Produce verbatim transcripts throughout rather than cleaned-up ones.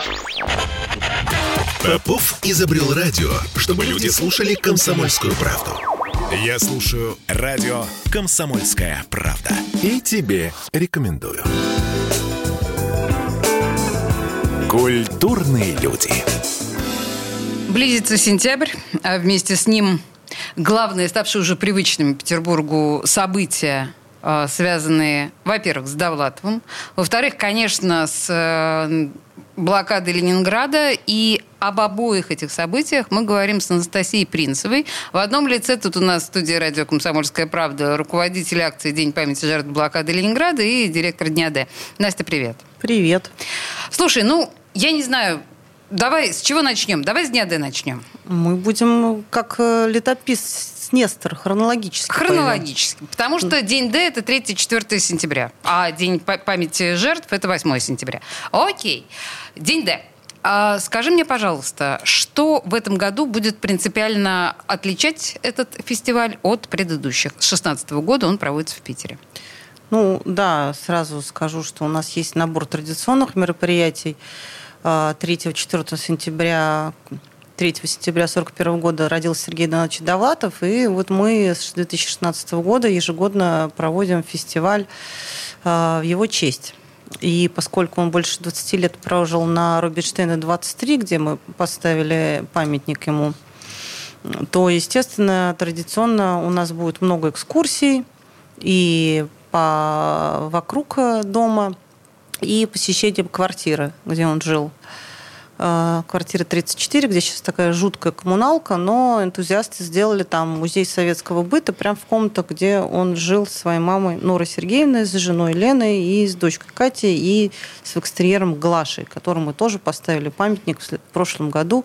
Попов изобрел радио, чтобы люди слушали «Комсомольскую правду». Я слушаю радио «Комсомольская правда». И тебе рекомендую. Культурные люди. Близится сентябрь, а вместе с ним главные, ставшие уже привычными Петербургу события, связанные, во-первых, с Довлатовым, во-вторых, конечно, с блокадой Ленинграда. И об обоих этих событиях мы говорим с Анастасией Принцевой. В одном лице тут у нас в студии радио «Комсомольская правда» руководитель акции «День памяти жертв блокады Ленинграда» и директор Дня Д. Настя, привет. Привет. Слушай, ну, я не знаю, давай с чего начнем? Давай с Дня Д начнем. Мы будем как летописец Нестор, хронологически. Хронологически. Пойдем. Потому что День Д – это третье-четвертое сентября, а День памяти жертв – это восьмое сентября. Окей. День Д. А скажи мне, пожалуйста, что в этом году будет принципиально отличать этот фестиваль от предыдущих? С две тысячи шестнадцатого года он проводится в Питере. Ну, да, сразу скажу, что у нас есть набор традиционных мероприятий. третьего-четвёртого сентября... третьего сентября тысяча девятьсот сорок первого года родился Сергей Донатович Довлатов, и вот мы с две тысячи шестнадцатого года ежегодно проводим фестиваль в его честь. И поскольку он больше двадцати лет прожил на Рубинштейна двадцать три, где мы поставили памятник ему, то, естественно, традиционно у нас будет много экскурсий и по... вокруг дома, и посещение квартиры, где он жил. Квартира тридцать четыре, где сейчас такая жуткая коммуналка, но энтузиасты сделали там музей советского быта прямо в комнатах, где он жил со своей мамой Норой Сергеевной, с женой Леной и с дочкой Катей, и с экстерьером Глашей, которому мы тоже поставили памятник в прошлом году,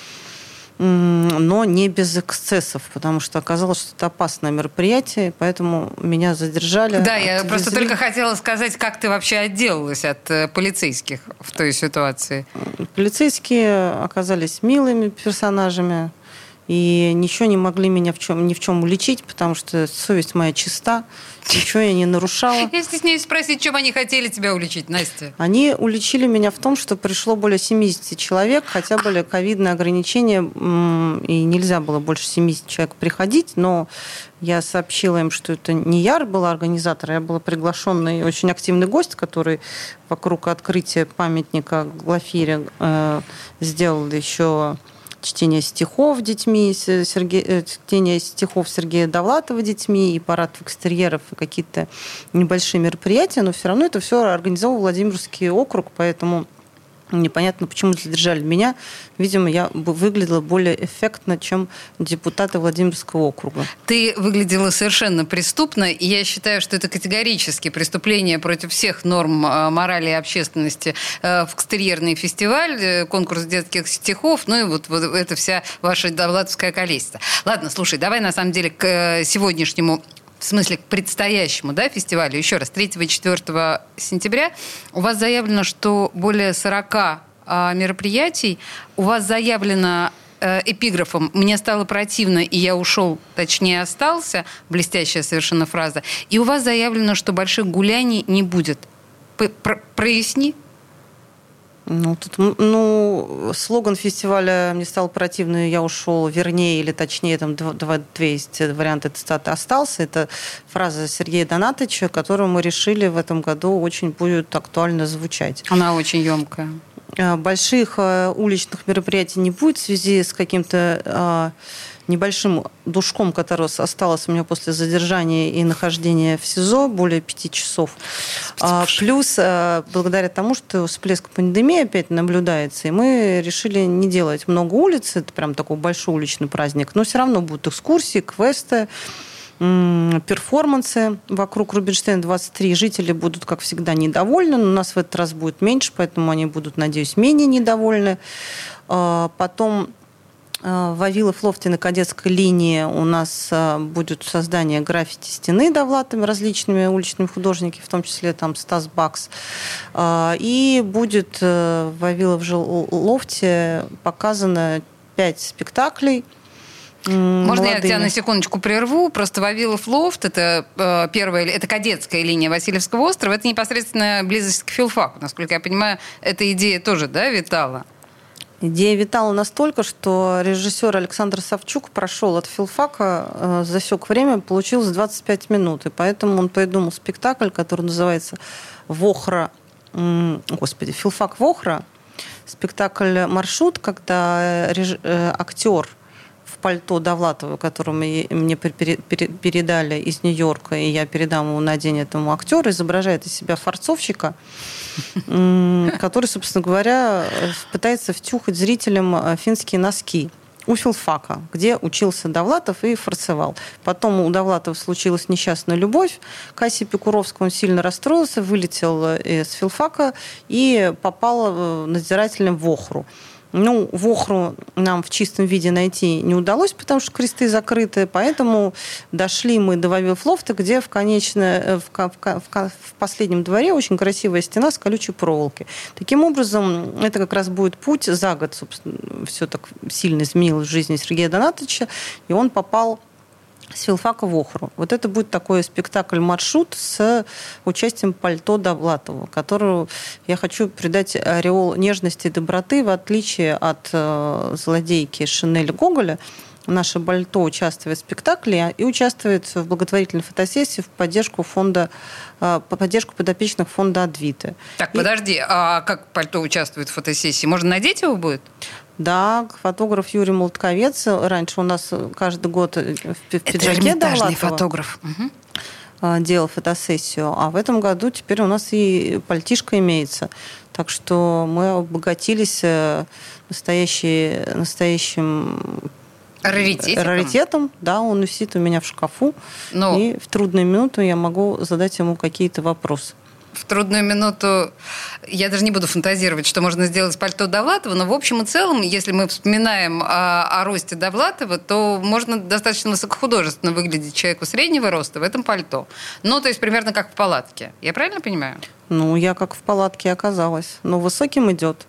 но не без эксцессов, потому что оказалось, что это опасное мероприятие, поэтому меня задержали. Да, я отвезли. просто только хотела сказать, как ты вообще отделалась от полицейских в той ситуации. Полицейские оказались милыми персонажами и ничего не могли меня в чем, ни в чем уличить, потому что совесть моя чиста, ничего я не нарушала. Я стесняюсь спросить, чем они хотели тебя уличить, Настя? Они уличили меня в том, что пришло более семьдесят человек, хотя были ковидные ограничения, и нельзя было больше семьдесят человек приходить, но я сообщила им, что это не я была организатор, я была приглашенный очень активный гость, который вокруг открытия памятника Глафире э, сделал еще... чтение стихов детьми, Сергея, чтение стихов Сергея Довлатова детьми, и парад экстерьеров, и какие-то небольшие мероприятия, но все равно это все организовал Владимирский округ, поэтому непонятно, почему задержали меня. Видимо, я выглядела более эффектно, чем депутаты Владимирского округа. Ты выглядела совершенно преступно, и я считаю, что это категорически преступление против всех норм морали и общественности в экстерьерный фестиваль, конкурс детских стихов, ну и вот, вот это вся ваша довлатовская колесица. Ладно, слушай, давай на самом деле к сегодняшнему, в смысле, к предстоящему, да, фестивалю. Еще раз, третьего и четвёртого сентября у вас заявлено, что более сорока а, мероприятий. У вас заявлено э, эпиграфом «Мне стало противно, и я ушел, точнее остался». Блестящая совершенно фраза. И у вас заявлено, что больших гуляний не будет. Про- проясни. Ну, тут, ну, слоган фестиваля «Мне стало противно, я ушел», вернее, или точнее, там два, два, две есть варианты цитаты «остался». Это фраза Сергея Донатовича, которую мы решили в этом году очень будет актуально звучать. Она очень емкая. Больших уличных мероприятий не будет в связи с каким-то небольшим душком, который осталось у меня после задержания и нахождения в СИЗО, более пяти часов. Плюс, благодаря тому, что всплеск пандемии опять наблюдается, и мы решили не делать много улиц, это прям такой большой уличный праздник, но все равно будут экскурсии, квесты, перформансы вокруг Рубинштейна двадцать три. Жители будут, как всегда, недовольны, но у нас в этот раз будет меньше, поэтому они будут, надеюсь, менее недовольны. Потом в Вавилов-Лофте на кадетской линии у нас будет создание граффити стены Довлатовыми различными уличными художниками, в том числе там Стас Бакс. И будет в Вавилов-Лофте показано пять спектаклей, Можно молодыми. я тебя на секундочку прерву? Просто Вавилов лофт, это э, первая, это кадетская линия Васильевского острова, это непосредственно близость к филфаку. Насколько я понимаю, эта идея тоже, да, витала? Идея витала настолько, что режиссер Александр Савчук прошел от филфака, э, засек время, получилось двадцать пять минут. И поэтому он придумал спектакль, который называется «Вохра», м, господи, «Филфак Вохра». Спектакль «Маршрут», когда реж... э, актер в пальто Довлатова, которое мне передали из Нью-Йорка, и я передам его на день этому актеру, изображает из себя форцовщика, который, собственно говоря, пытается втюхать зрителям финские носки у филфака, где учился Довлатов и форцевал. Потом у Довлатова случилась несчастная любовь к Асе Пикуровской, он сильно расстроился, вылетел из филфака и попал надзирателем в Охру. Ну, Вохру нам в чистом виде найти не удалось, потому что кресты закрыты, поэтому дошли мы до Вавилов лофта, где в, конечно, в, в, в, в последнем дворе очень красивая стена с колючей проволокой. Таким образом, это как раз будет путь за год, собственно, все так сильно изменилось в жизни Сергея Донатовича, и он попал с филфака в Охру. Вот это будет такой спектакль-маршрут с участием пальто Довлатова, которому я хочу придать ореол нежности и доброты, в отличие от э, злодейки Шинель Гоголя. Наше пальто участвует в спектакле и участвует в благотворительной фотосессии в поддержку фонда, э, по поддержку подопечных фонда Адвиты. Так, и... подожди, а как пальто участвует в фотосессии? Можно надеть его будет? Да, фотограф Юрий Молотковец. Раньше у нас каждый год в пиджаке Довлатова фотограф. Угу. делал фотосессию. А в этом году теперь у нас и пальтишко имеется. Так что мы обогатились настоящий, настоящим раритетом. раритетом. Да, он висит у меня в шкафу. Но... И в трудные минуты я могу задать ему какие-то вопросы. В трудную минуту я даже не буду фантазировать, что можно сделать с пальто Довлатова, но в общем и целом, если мы вспоминаем о, о росте Довлатова, то можно достаточно высокохудожественно выглядеть человеку среднего роста в этом пальто. Ну, то есть примерно как в палатке. Я правильно понимаю? Ну, я как в палатке оказалась. Но высоким идет.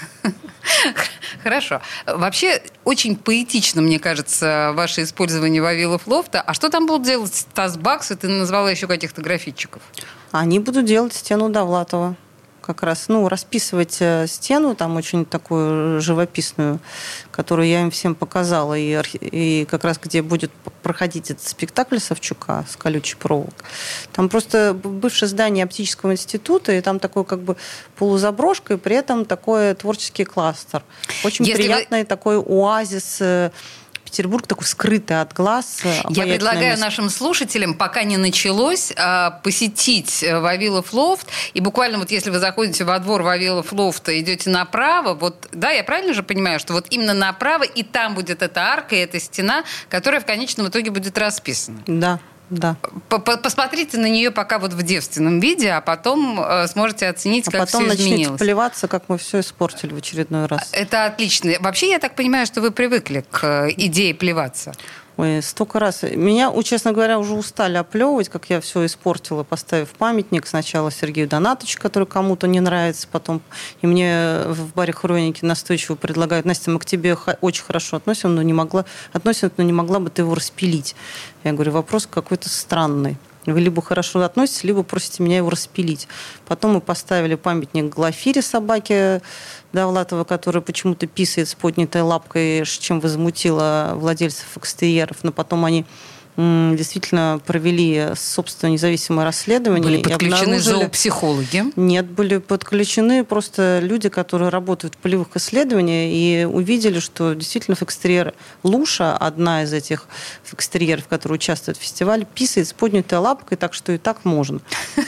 Хорошо. Вообще, очень поэтично, мне кажется, ваше использование Вавилов лофта. А что там будут делать Стас Бакс? И ты назвала еще каких-то графитчиков. Они будут делать стену Довлатова. Как раз, ну, расписывать стену, там очень такую живописную, которую я им всем показала, и, и как раз где будет проходить этот спектакль Савчука с колючей проволокой. Там просто бывшее здание оптического института, и там такой как бы полузаброшка, и при этом такой творческий кластер. Очень Если приятный вы... такой оазис. Петербург такой скрытый от глаз. Я предлагаю место. Нашим слушателям, пока не началось, посетить Вавилов лофт. И буквально вот если вы заходите во двор Вавилов лофта, идете направо, вот, да, я правильно же понимаю, что вот именно направо, и там будет эта арка, и эта стена, которая в конечном итоге будет расписана. Да. Да. Посмотрите на нее пока вот в девственном виде, а потом э, сможете оценить, а как все изменилось. А потом начнете плеваться, как мы все испортили в очередной раз. Это отлично. Вообще, я так понимаю, что вы привыкли к идее плеваться. Ой, столько раз. Меня, честно говоря, уже устали оплевывать, как я все испортила, поставив памятник сначала Сергею Донатовичу, который кому-то не нравится, потом и мне в баре Хроники настойчиво предлагают: Настя, мы к тебе очень хорошо относим, но не могла, относим, но не могла бы ты его распилить. Я говорю, вопрос какой-то странный. Вы либо хорошо относитесь, либо просите меня его распилить. Потом мы поставили памятник Глафире, собаке Довлатова, которая почему-то писает с поднятой лапкой, чем возмутила владельцев экстерьеров. Но потом они действительно провели собственное независимое расследование. Были подключены зоопсихологи? Нет, были подключены просто люди, которые работают в полевых исследованиях, и увидели, что действительно в экстерьере Луша, одна из этих экстерьеров, которые участвуют в фестивале, писает с поднятой лапкой, так что и так можно.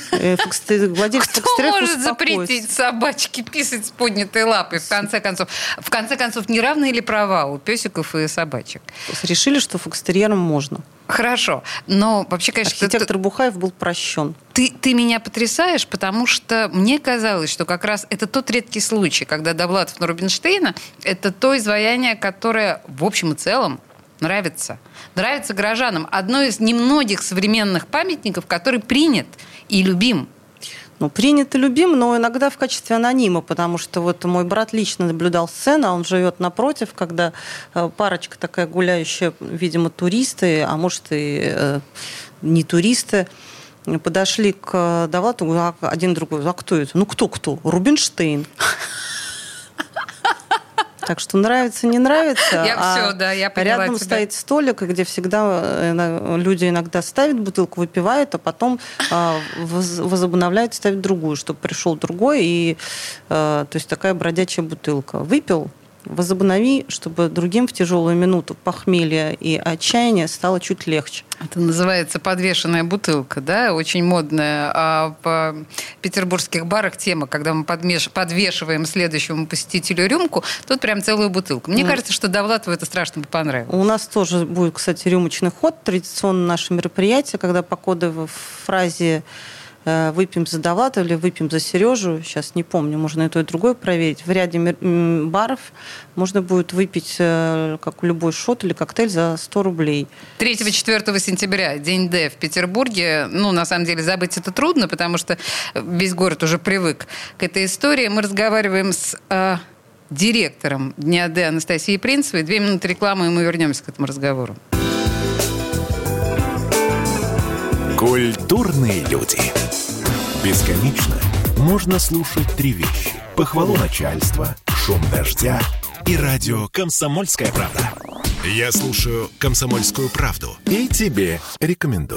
Владелец Кто может запретить собачке писать с поднятой лапой, в конце концов? В конце концов, не равны ли права у песиков и собачек? Решили, что в экстерьерам можно. Хорошо, но вообще, конечно... Архитектор ты, Бухаев был прощен. Ты, ты меня потрясаешь, потому что мне казалось, что как раз это тот редкий случай, когда Довлатов на Рубинштейна – это то изваяние, которое в общем и целом нравится. Нравится горожанам. Одно из немногих современных памятников, который принят и любим. ну, принят и любим, но иногда в качестве анонима, потому что вот мой брат лично наблюдал сцену, он живет напротив, когда парочка такая гуляющая, видимо, туристы, а может и не туристы, подошли к Довлату, а один другой, а кто это? Ну, кто-кто? Рубинштейн. Так что нравится, не нравится. Я а все, да, я поняла рядом тебя. стоит столик, где всегда люди иногда ставят бутылку, выпивают, а потом возобновляют, ставят другую, чтобы пришел другой. И, то есть такая бродячая бутылка. Выпил, возобнови, чтобы другим в тяжелую минуту похмелья и отчаяния стало чуть легче. Это называется подвешенная бутылка, да, очень модная. А в петербургских барах тема, когда мы подмеш... подвешиваем следующему посетителю рюмку, тут прям целую бутылку. Мне mm. кажется, что Довлатову это страшно бы понравилось. У нас тоже будет, кстати, рюмочный ход, традиционно наше мероприятие, когда по кодовой фразе «выпьем за Довлатова» или «выпьем за Сережу», сейчас не помню, можно и то, и другое проверить, в ряде баров можно будет выпить, как любой шот или коктейль, за сто рублей. третьего-четвёртого сентября, День Д в Петербурге. Ну, на самом деле, забыть это трудно, потому что весь город уже привык к этой истории. Мы разговариваем с э, директором Дня Д Анастасией Принцевой. Две минуты рекламы, и мы вернемся к этому разговору. Культурные люди. Бесконечно можно слушать три вещи. Похвалу начальства, шум дождя и радио «Комсомольская правда». Я слушаю «Комсомольскую правду» и тебе рекомендую.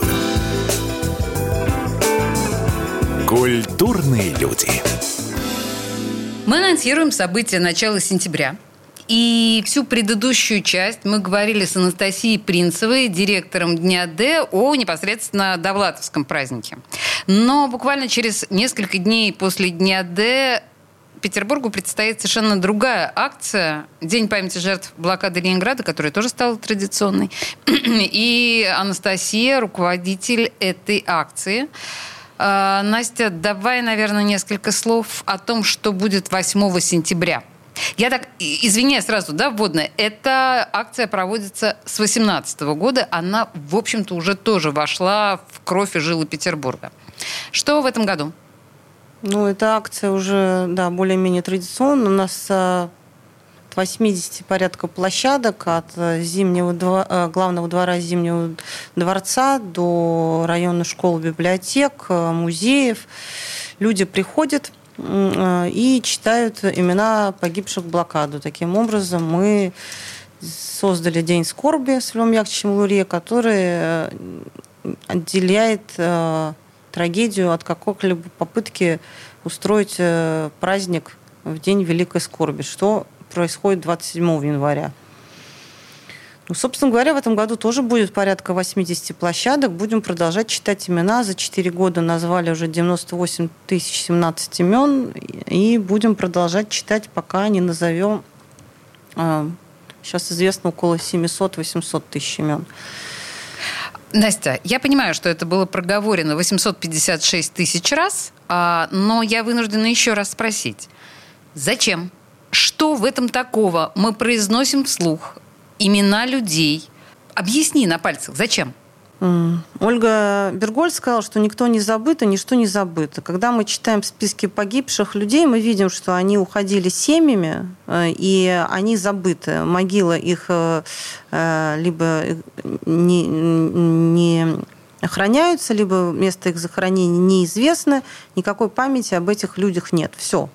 Культурные люди. Мы анонсируем события начала сентября. И всю предыдущую часть мы говорили с Анастасией Принцевой, директором Дня Д, о непосредственно Довлатовском празднике. Но буквально через несколько дней после Дня Д Петербургу предстоит совершенно другая акция «День памяти жертв блокады Ленинграда», которая тоже стала традиционной. И Анастасия, руководитель этой акции. Настя, давай, наверное, несколько слов о том, что будет восьмого сентября. Я так, извиняюсь сразу, да, вводная. Эта акция проводится с восемнадцатого года. Она, в общем-то, уже тоже вошла в кровь и жилы Петербурга. Что в этом году? Ну, эта акция уже, да, более-менее традиционная. У нас от восьмидесяти порядка площадок, от зимнего двора, главного двора Зимнего дворца до районных школ, библиотек, музеев. Люди приходят и читают имена погибших в блокаду. Таким образом, мы создали День скорби с Львом Яковлевичем Лурье, который отделяет трагедию от какой-либо попытки устроить праздник в День Великой скорби, что происходит двадцать седьмого января. Ну, собственно говоря, в этом году тоже будет порядка восьмидесяти площадок. Будем продолжать читать имена. За четыре года назвали уже девяносто восемь тысяч семнадцать имен. И будем продолжать читать, пока не назовем... Сейчас известно около семьсот-восемьсот тысяч имен. Настя, я понимаю, что это было проговорено восемьсот пятьдесят шесть тысяч раз, но я вынуждена еще раз спросить. Зачем? Что в этом такого? Мы произносим вслух имена людей. Объясни на пальцах, зачем? Ольга Берголь сказала, что никто не забыт, и ничто не забыто. Когда мы читаем списки погибших людей, мы видим, что они уходили семьями, и они забыты. Могила их либо не, не охраняются, либо место их захоронения неизвестно. Никакой памяти об этих людях нет. Все.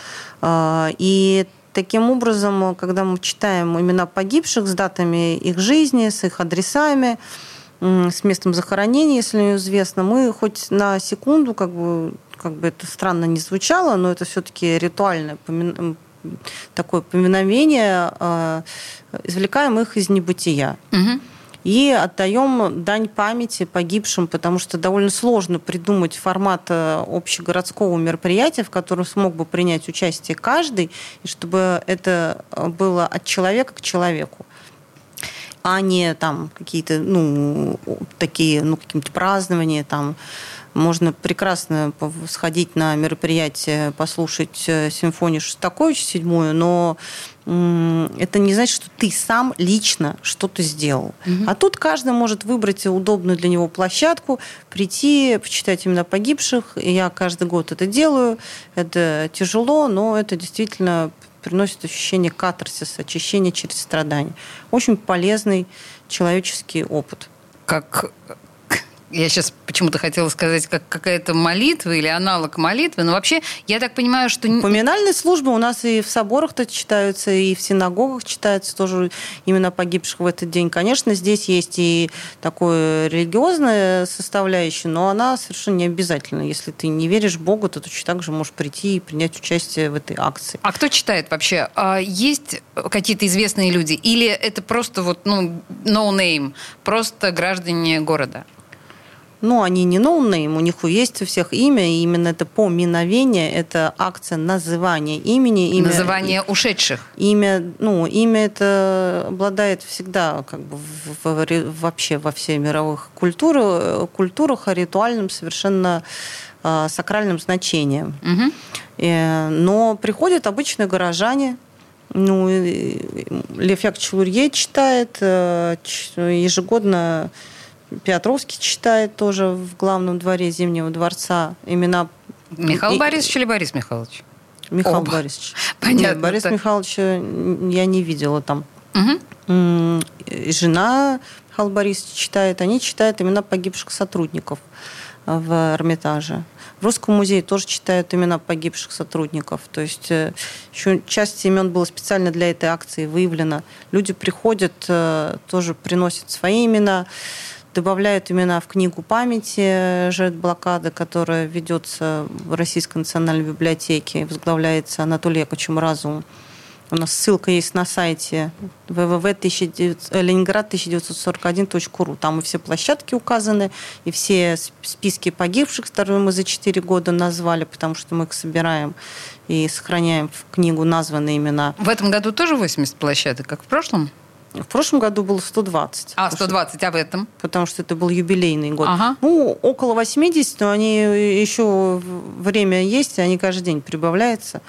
И таким образом, когда мы читаем имена погибших с датами их жизни, с их адресами, с местом захоронения, если неизвестно, мы хоть на секунду, как бы, как бы это странно не звучало, но это все-таки ритуальное помин... такое поминовение, э, извлекаем их из небытия. Угу. И отдаем дань памяти погибшим, потому что довольно сложно придумать формат общегородского мероприятия, в котором смог бы принять участие каждый, и чтобы это было от человека к человеку, а не там какие-то, ну, такие, ну, какие-то празднования, там, Можно прекрасно сходить на мероприятие, послушать симфонию Шостаковича седьмую, но это не значит, что ты сам лично что-то сделал. Угу. А тут каждый может выбрать удобную для него площадку, прийти, почитать имена погибших. И я каждый год это делаю. Это тяжело, но это действительно приносит ощущение катарсиса, очищения через страдания. Очень полезный человеческий опыт. Как... Я сейчас почему-то хотела сказать, как какая-то молитва или аналог молитвы, но вообще, я так понимаю, что... Поминальные службы у нас и в соборах-то читаются, и в синагогах читаются тоже имена погибших в этот день. Конечно, здесь есть и такое религиозная составляющая, но она совершенно не обязательна. Если ты не веришь в Бога, то точно так же можешь прийти и принять участие в этой акции. А кто читает вообще? Есть какие-то известные люди? Или это просто вот, ну, no name, просто граждане города? Ну, они не ноунейм, у них есть у всех имя, и именно это поминовение, это акция называния имени. Имя, называние ушедших. Имя, ну, имя это обладает всегда как бы в, в, вообще во всех мировых культурах, культурах ритуальным совершенно э, сакральным значением. Угу. Э, но приходят обычные горожане. Ну, Лев Яковлевич Лурье читает э, ежегодно. Петровский читает тоже в главном дворе Зимнего дворца имена... Михаил и... Борисович или Борис Михайлович? Михаил Оба. Борисович. Понятно. Нет, Борис так. Михайловича я не видела там. Угу. И жена Михаила Борисовича читает. Они читают имена погибших сотрудников в Эрмитаже. В Русском музее тоже читают имена погибших сотрудников. То есть еще часть имен была специально для этой акции выявлена. Люди приходят, тоже приносят свои имена, добавляют имена в книгу памяти жертв блокады, которая ведется в Российской национальной библиотеке, возглавляется Анатолием Яковлевичем Разумом. У нас ссылка есть на сайте вэ вэ вэ точка ленинград тысяча девятьсот сорок один точка ру. Там и все площадки указаны, и все списки погибших, которые мы за четыре года назвали, потому что мы их собираем и сохраняем в книгу названные имена. В этом году тоже восемьдесят площадок, как в прошлом? В прошлом году было сто двадцать. А, сто двадцать, а в этом? Потому что это был юбилейный год. Ага. Ну, около восемьдесят, но они еще время есть, и они каждый день прибавляются.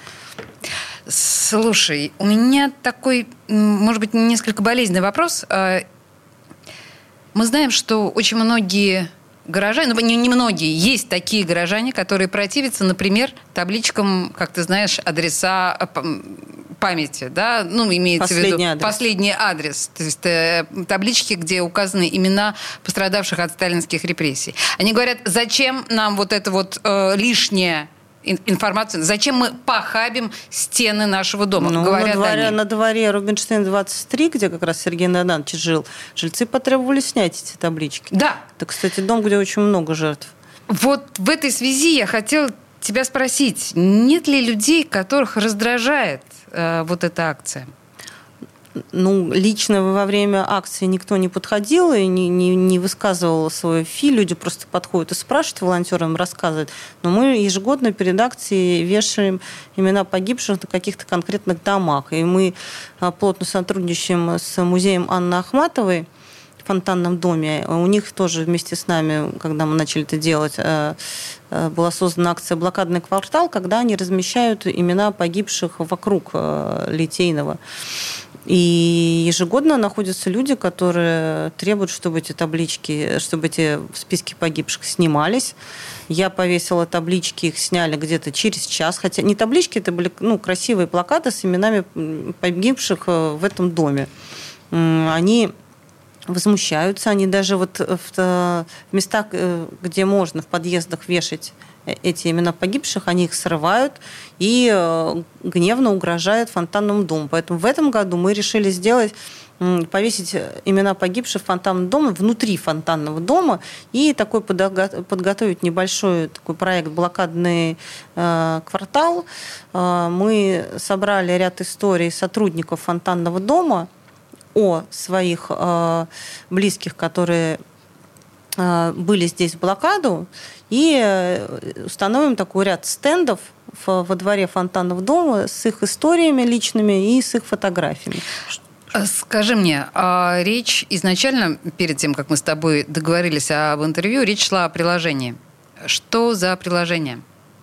Слушай, у меня такой, может быть, несколько болезненный вопрос. Мы знаем, что очень многие горожане, ну, не, не многие, есть такие горожане, которые противятся, например, табличкам, как ты знаешь, адреса памяти, да, ну, имеется последний в виду адрес. последний адрес, то есть э, таблички, где указаны имена пострадавших от сталинских репрессий. Они говорят, зачем нам вот это вот э, лишнее информацию. Зачем мы похабим стены нашего дома? Ну, говорят на дворе, они. На дворе Рубинштейн двадцать три, где как раз Сергей Наданович жил, жильцы потребовали снять эти таблички. Да. Это, кстати, дом, где очень много жертв. Вот в этой связи я хотела тебя спросить, нет ли людей, которых раздражает э, вот эта акция? Ну, лично во время акции никто не подходил и не, не, не высказывал свой фи. Люди просто подходят и спрашивают, волонтерам рассказывают. Но мы ежегодно перед акцией вешаем имена погибших на каких-то конкретных домах. И мы плотно сотрудничаем с музеем Анны Ахматовой в Фонтанном доме. У них тоже вместе с нами, когда мы начали это делать, была создана акция «Блокадный квартал», когда они размещают имена погибших вокруг Литейного. И ежегодно находятся люди, которые требуют, чтобы эти таблички, чтобы эти списки погибших снимались. Я повесила таблички, их сняли где-то через час. Хотя не таблички, это были ну, красивые плакаты с именами погибших в этом доме. Они возмущаются, они даже вот в местах, где можно в подъездах вешать эти имена погибших, они их срывают и гневно угрожают Фонтанному дому. Поэтому в этом году мы решили сделать, повесить имена погибших в Фонтанном доме внутри Фонтанного дома и такой подготовить небольшой такой проект «Блокадный квартал». Мы собрали ряд историй сотрудников Фонтанного дома о своих близких, которые были здесь в блокаду, и установим такой ряд стендов во дворе Фонтанного дома с их историями личными и с их фотографиями. Скажи мне, а речь изначально, перед тем, как мы с тобой договорились об интервью, речь шла о приложении. Что за приложение?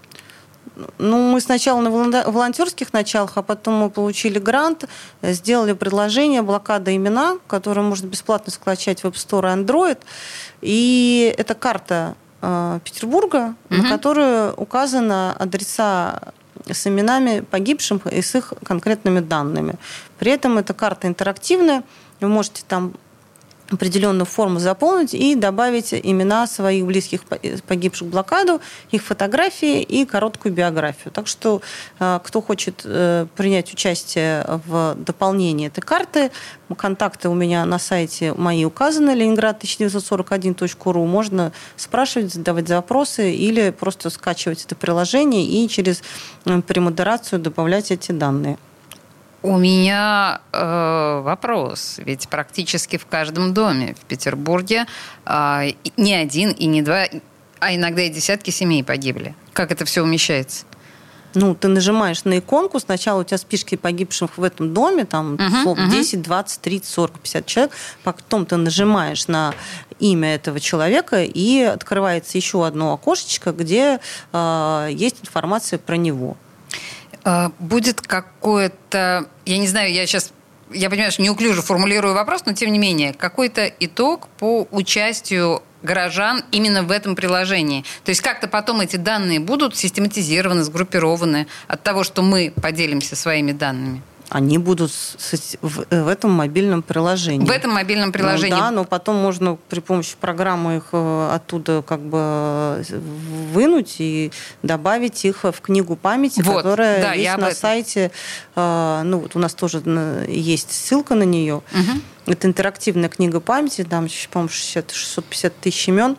Ну, мы сначала на волонтерских началах, а потом мы получили грант, сделали предложение «Блокада имена», которое можно бесплатно скачать в App Store и Android. И это карта э, Петербурга, угу. на которой указаны адреса с именами погибших и с их конкретными данными. При этом эта карта интерактивная, вы можете там определенную форму заполнить и добавить имена своих близких погибших в блокаду, их фотографии и короткую биографию. Так что, кто хочет принять участие в дополнении этой карты, контакты у меня на сайте мои указаны, ленинград тысяча девятьсот сорок один точка ру. Можно спрашивать, задавать вопросы или просто скачивать это приложение и через премодерацию добавлять эти данные. У меня э, вопрос. Ведь практически в каждом доме в Петербурге э, не один и не два, а иногда и десятки семей погибли. Как это все умещается? Ну, ты нажимаешь на иконку, сначала у тебя списки погибших в этом доме, там uh-huh, uh-huh. десять, двадцать, тридцать, сорок, пятьдесят человек, потом ты нажимаешь на имя этого человека, и открывается еще одно окошечко, где э, есть информация про него. Будет какое-то, я не знаю, я сейчас, я понимаю, что неуклюже формулирую вопрос, но тем не менее, какой-то итог по участию горожан именно в этом приложении. То есть как-то потом эти данные будут систематизированы, сгруппированы от того, что мы поделимся своими данными? Они будут в этом мобильном приложении. В этом мобильном приложении? Ну, да, но потом можно при помощи программы их оттуда как бы вынуть и добавить их в книгу памяти, вот, которая да, есть на сайте. Ну, вот у нас тоже есть ссылка на нее. Угу. Это интерактивная книга памяти, там, по-моему, шестьсот пятьдесят тысяч имен.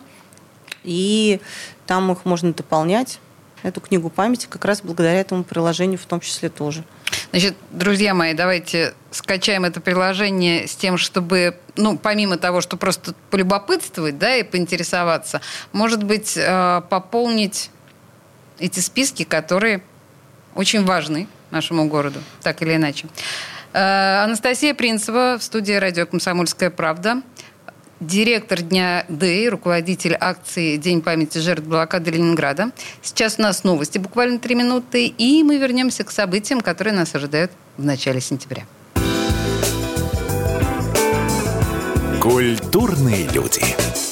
И там их можно дополнять, эту книгу памяти, как раз благодаря этому приложению в том числе тоже. Значит, друзья мои, давайте скачаем это приложение с тем, чтобы, ну, помимо того, что просто полюбопытствовать, да, и поинтересоваться, может быть, пополнить эти списки, которые очень важны нашему городу, так или иначе. Анастасия Принцева в студии радио «Комсомольская правда». Директор Дня Д, руководитель акции «День памяти жертв блокады Ленинграда». Сейчас у нас новости, буквально три минуты, и мы вернемся к событиям, которые нас ожидают в начале сентября. Культурные люди.